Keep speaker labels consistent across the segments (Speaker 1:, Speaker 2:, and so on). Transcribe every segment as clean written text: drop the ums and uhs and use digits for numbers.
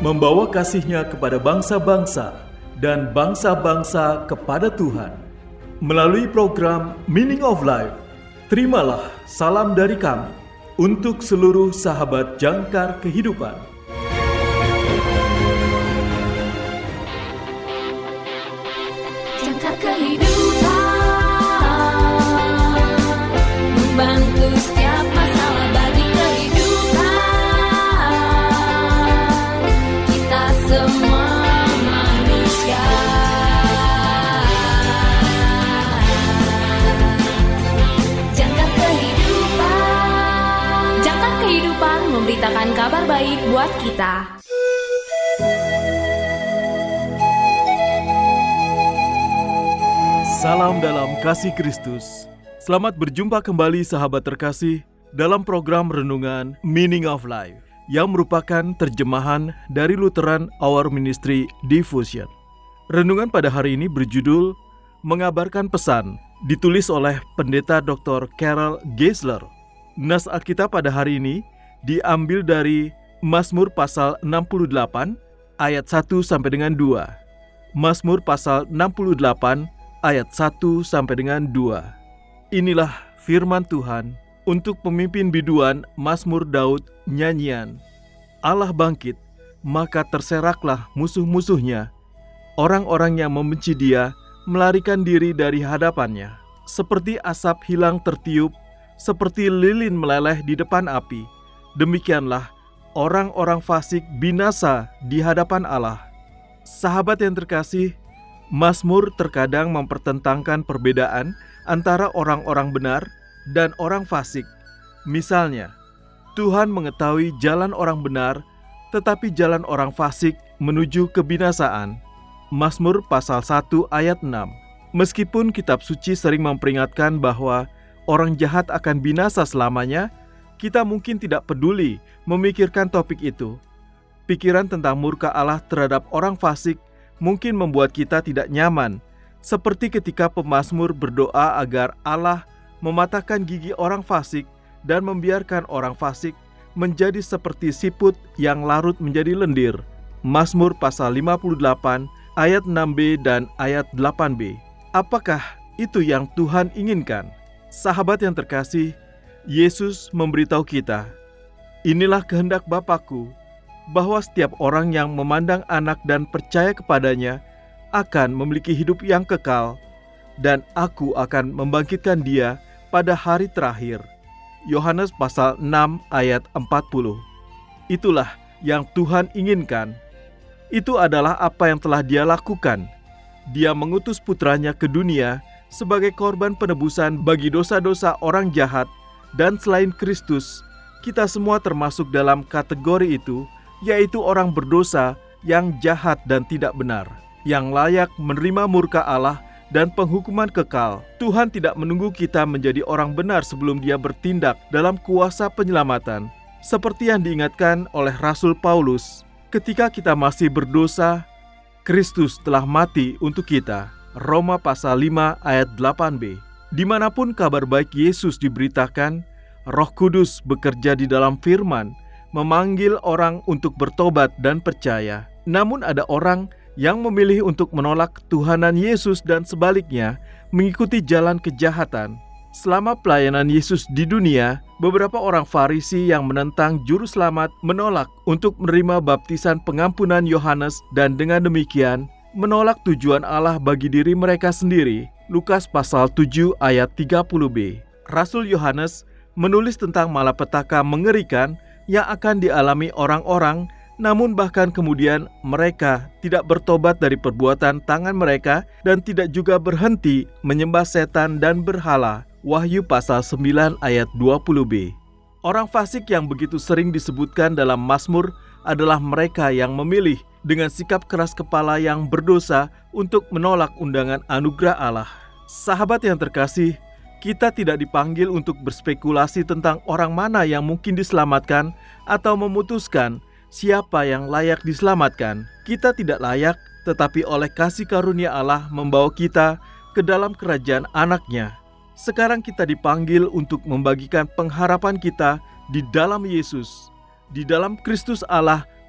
Speaker 1: membawa kasih-Nya kepada bangsa-bangsa dan bangsa-bangsa kepada Tuhan. Melalui program Meaning of Life, terimalah salam dari kami untuk seluruh sahabat jangkar kehidupan.
Speaker 2: Jangkar kehidupan, membantu setiap masalah bagi kehidupan kita semua manusia. Jangkar kehidupan memberitakan kabar baik buat kita.
Speaker 1: Salam dalam kasih Kristus. Selamat berjumpa kembali sahabat terkasih dalam program Renungan Meaning of Life yang merupakan terjemahan dari Lutheran Hour Ministry Diffusion. Renungan pada hari ini berjudul Mengabarkan Pesan, ditulis oleh Pendeta Dr. Carol Geisler. Nas Alkitab pada hari ini diambil dari Mazmur pasal 68 ayat 1 sampai dengan 2. Mazmur pasal 68 ayat 1 sampai dengan 2. Inilah firman Tuhan untuk pemimpin biduan Mazmur Daud nyanyian. Allah bangkit, maka terseraklah musuh-musuhnya. Orang-orang yang membenci Dia melarikan diri dari hadapannya. Seperti asap hilang tertiup, seperti lilin meleleh di depan api. Demikianlah orang-orang fasik binasa di hadapan Allah. Sahabat yang terkasih, Mazmur terkadang mempertentangkan perbedaan antara orang-orang benar dan orang fasik. Misalnya, Tuhan mengetahui jalan orang benar, tetapi jalan orang fasik menuju kebinasaan. Mazmur pasal 1 ayat 6. Meskipun kitab suci sering memperingatkan bahwa orang jahat akan binasa selamanya, kita mungkin tidak peduli memikirkan topik itu. Pikiran tentang murka Allah terhadap orang fasik mungkin membuat kita tidak nyaman, seperti ketika pemazmur berdoa agar Allah mematahkan gigi orang fasik dan membiarkan orang fasik menjadi seperti siput yang larut menjadi lendir. Mazmur pasal 58 ayat 6b dan ayat 8b. Apakah itu yang Tuhan inginkan? Sahabat yang terkasih, Yesus memberitahu kita, inilah kehendak Bapa-Ku, bahwa setiap orang yang memandang anak dan percaya kepadanya akan memiliki hidup yang kekal, dan Aku akan membangkitkan dia pada hari terakhir. Yohanes pasal 6 ayat 40. Itulah yang Tuhan inginkan. Itu adalah apa yang telah Dia lakukan. Dia mengutus putranya ke dunia sebagai korban penebusan bagi dosa-dosa orang jahat, dan selain Kristus, kita semua termasuk dalam kategori itu, yaitu orang berdosa yang jahat dan tidak benar, yang layak menerima murka Allah dan penghukuman kekal. Tuhan tidak menunggu kita menjadi orang benar sebelum Dia bertindak dalam kuasa penyelamatan. Seperti yang diingatkan oleh Rasul Paulus, ketika kita masih berdosa, Kristus telah mati untuk kita. Roma pasal 5 ayat 8b. Dimanapun kabar baik Yesus diberitakan, Roh Kudus bekerja di dalam firman, memanggil orang untuk bertobat dan percaya. Namun ada orang yang memilih untuk menolak ketuhanan Yesus dan sebaliknya mengikuti jalan kejahatan. Selama pelayanan Yesus di dunia, beberapa orang Farisi yang menentang juru selamat menolak untuk menerima baptisan pengampunan Yohanes dan dengan demikian menolak tujuan Allah bagi diri mereka sendiri. Lukas pasal 7 ayat 30b. Rasul Yohanes menulis tentang malapetaka mengerikan yang akan dialami orang-orang, namun bahkan kemudian mereka tidak bertobat dari perbuatan tangan mereka dan tidak juga berhenti menyembah setan dan berhala. Wahyu pasal 9 ayat 20b. Orang fasik yang begitu sering disebutkan dalam Mazmur adalah mereka yang memilih dengan sikap keras kepala yang berdosa untuk menolak undangan anugerah Allah. Sahabat yang terkasih, kita tidak dipanggil untuk berspekulasi tentang orang mana yang mungkin diselamatkan atau memutuskan siapa yang layak diselamatkan. Kita tidak layak, tetapi oleh kasih karunia Allah membawa kita ke dalam kerajaan anak-Nya. Sekarang kita dipanggil untuk membagikan pengharapan kita di dalam Yesus. Di dalam Kristus Allah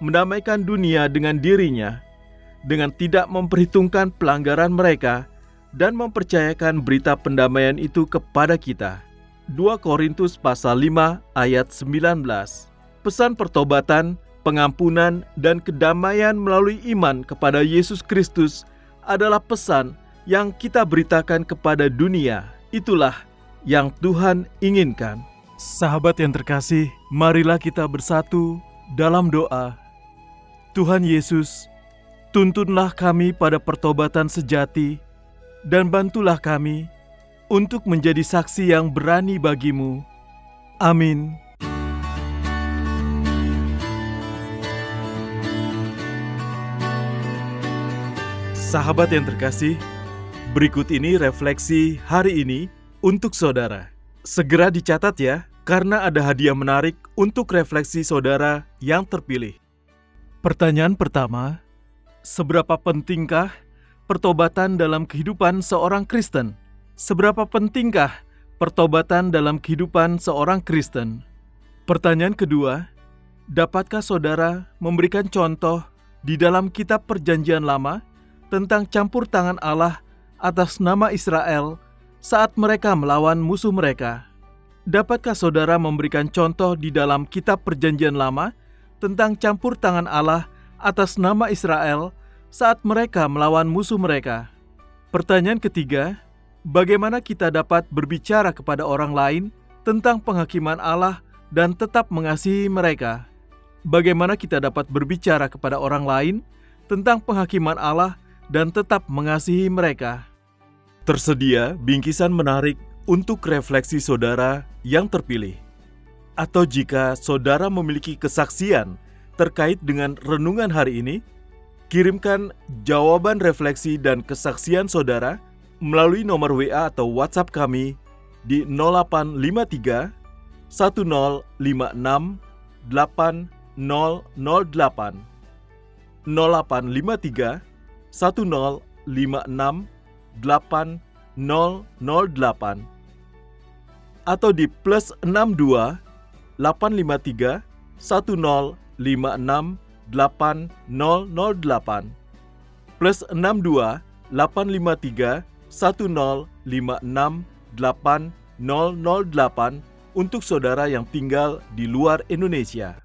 Speaker 1: mendamaikan dunia dengan dirinya, dengan tidak memperhitungkan pelanggaran mereka dan mempercayakan berita pendamaian itu kepada kita. 2 Korintus pasal 5 ayat 19. Pesan pertobatan, pengampunan, dan kedamaian melalui iman kepada Yesus Kristus adalah pesan yang kita beritakan kepada dunia. Itulah yang Tuhan inginkan. Sahabat yang terkasih, marilah kita bersatu dalam doa. Tuhan Yesus, tuntunlah kami pada pertobatan sejati dan bantulah kami untuk menjadi saksi yang berani bagimu. Amin. Sahabat yang terkasih, berikut ini refleksi hari ini untuk saudara. Segera dicatat ya, karena ada hadiah menarik untuk refleksi saudara yang terpilih. Pertanyaan pertama, seberapa pentingkah pertobatan dalam kehidupan seorang Kristen? Seberapa pentingkah pertobatan dalam kehidupan seorang Kristen? Pertanyaan kedua, dapatkah saudara memberikan contoh di dalam kitab Perjanjian Lama tentang campur tangan Allah atas nama Israel saat mereka melawan musuh mereka? Dapatkah saudara memberikan contoh di dalam kitab Perjanjian Lama tentang campur tangan Allah atas nama Israel saat mereka melawan musuh mereka? Pertanyaan ketiga, bagaimana kita dapat berbicara kepada orang lain tentang penghakiman Allah dan tetap mengasihi mereka? Bagaimana kita dapat berbicara kepada orang lain tentang penghakiman Allah dan tetap mengasihi mereka? Tersedia bingkisan menarik untuk refleksi saudara yang terpilih. Atau jika saudara memiliki kesaksian terkait dengan renungan hari ini, kirimkan jawaban refleksi dan kesaksian saudara melalui nomor WA atau WhatsApp kami di 0853 1056 8008 0853 1056 8008 atau di plus 62 853 1056 8008 plus 62 853 1056 8008 untuk saudara yang tinggal di luar Indonesia.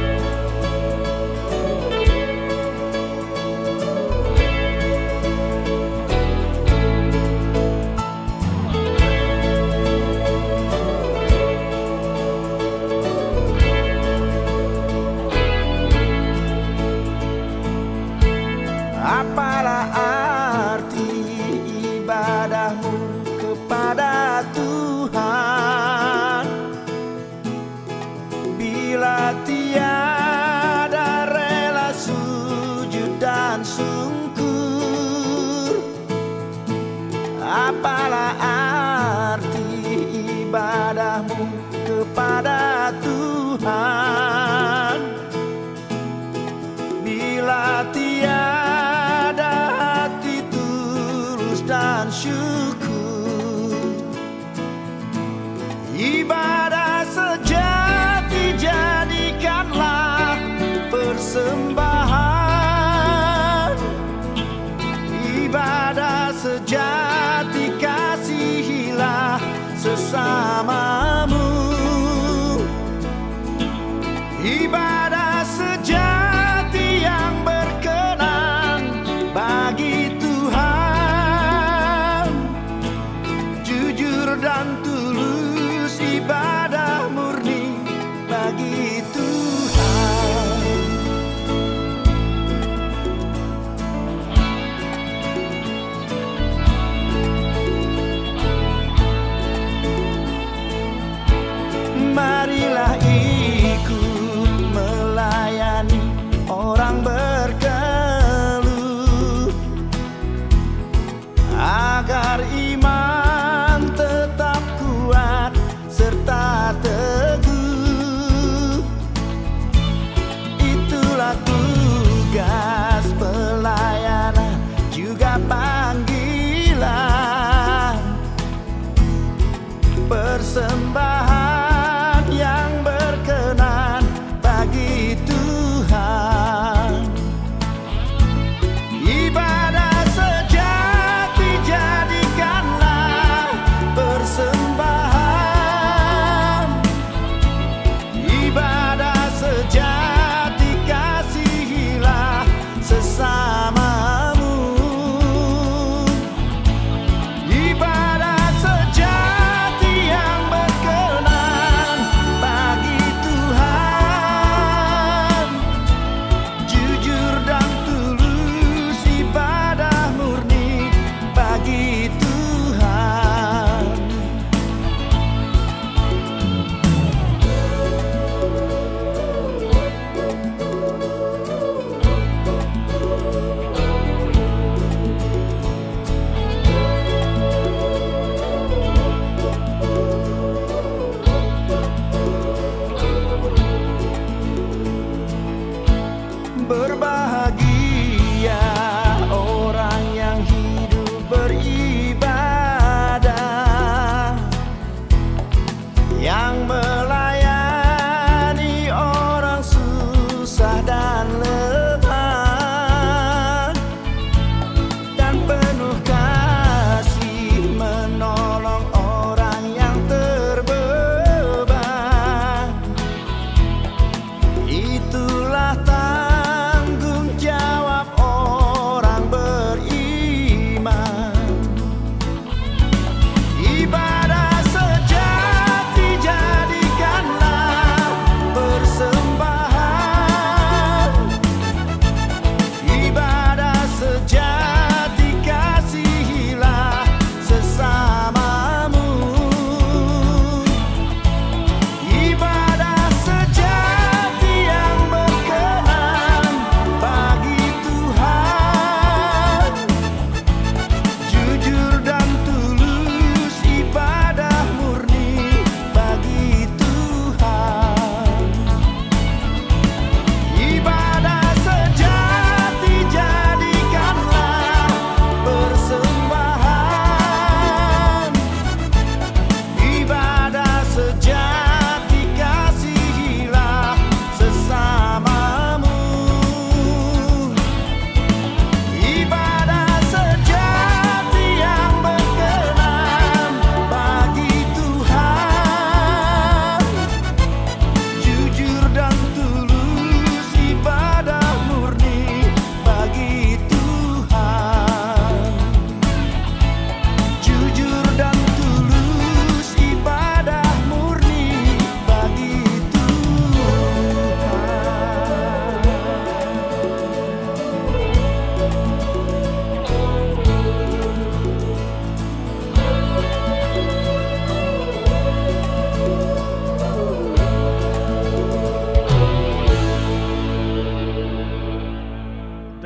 Speaker 3: Apalah arti ibadahmu kepada Tuhan bila tiada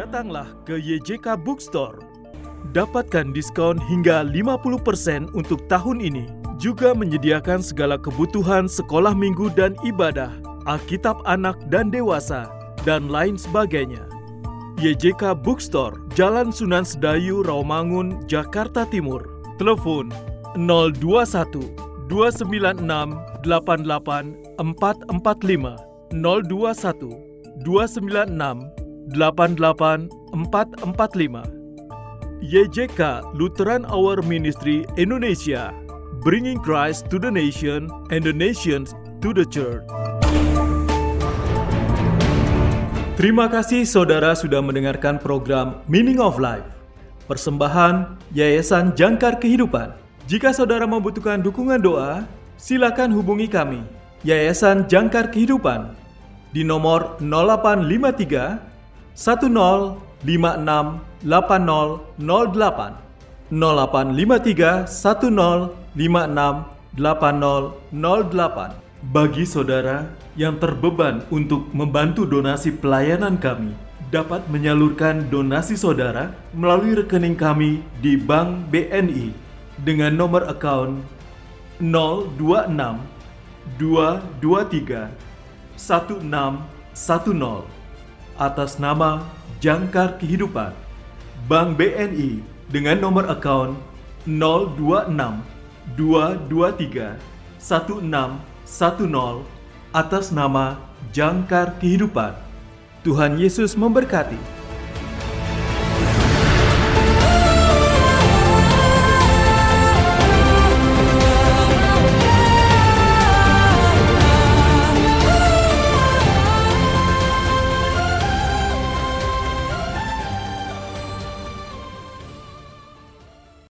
Speaker 1: Datanglah ke YJK Bookstore. Dapatkan diskon hingga 50% untuk tahun ini. Juga menyediakan segala kebutuhan sekolah minggu dan ibadah, Alkitab anak dan dewasa, dan lain sebagainya. YJK Bookstore, Jalan Sunan Sedayu, Rawamangun, Jakarta Timur. Telepon 021 296 88 445 021 296 88 445. YJK Lutheran Hour Ministry Indonesia, bringing Christ to the nation and the nations to the church. Terima kasih saudara sudah mendengarkan program Meaning of Life, persembahan Yayasan Jangkar Kehidupan. Jika saudara membutuhkan dukungan doa, silakan hubungi kami, Yayasan Jangkar Kehidupan, di nomor 0853 1056 8008 0853 1056 8008. Bagi saudara yang terbeban untuk membantu donasi pelayanan kami, dapat menyalurkan donasi saudara melalui rekening kami di Bank BNI dengan nomor account 026 223 1610 atas nama Jangkar Kehidupan. Bank BNI dengan nomor account 026 223 1610 atas nama Jangkar Kehidupan. Tuhan Yesus memberkati.